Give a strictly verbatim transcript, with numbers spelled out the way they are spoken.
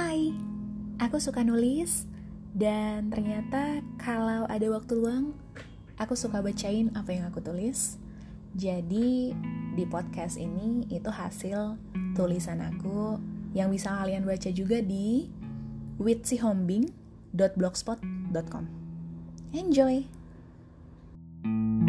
Hai, aku suka nulis dan ternyata kalau ada waktu luang, aku suka bacain apa yang aku tulis. Jadi di podcast ini itu hasil tulisan aku yang bisa kalian baca juga di witsihombing dot blogspot dot com. Enjoy!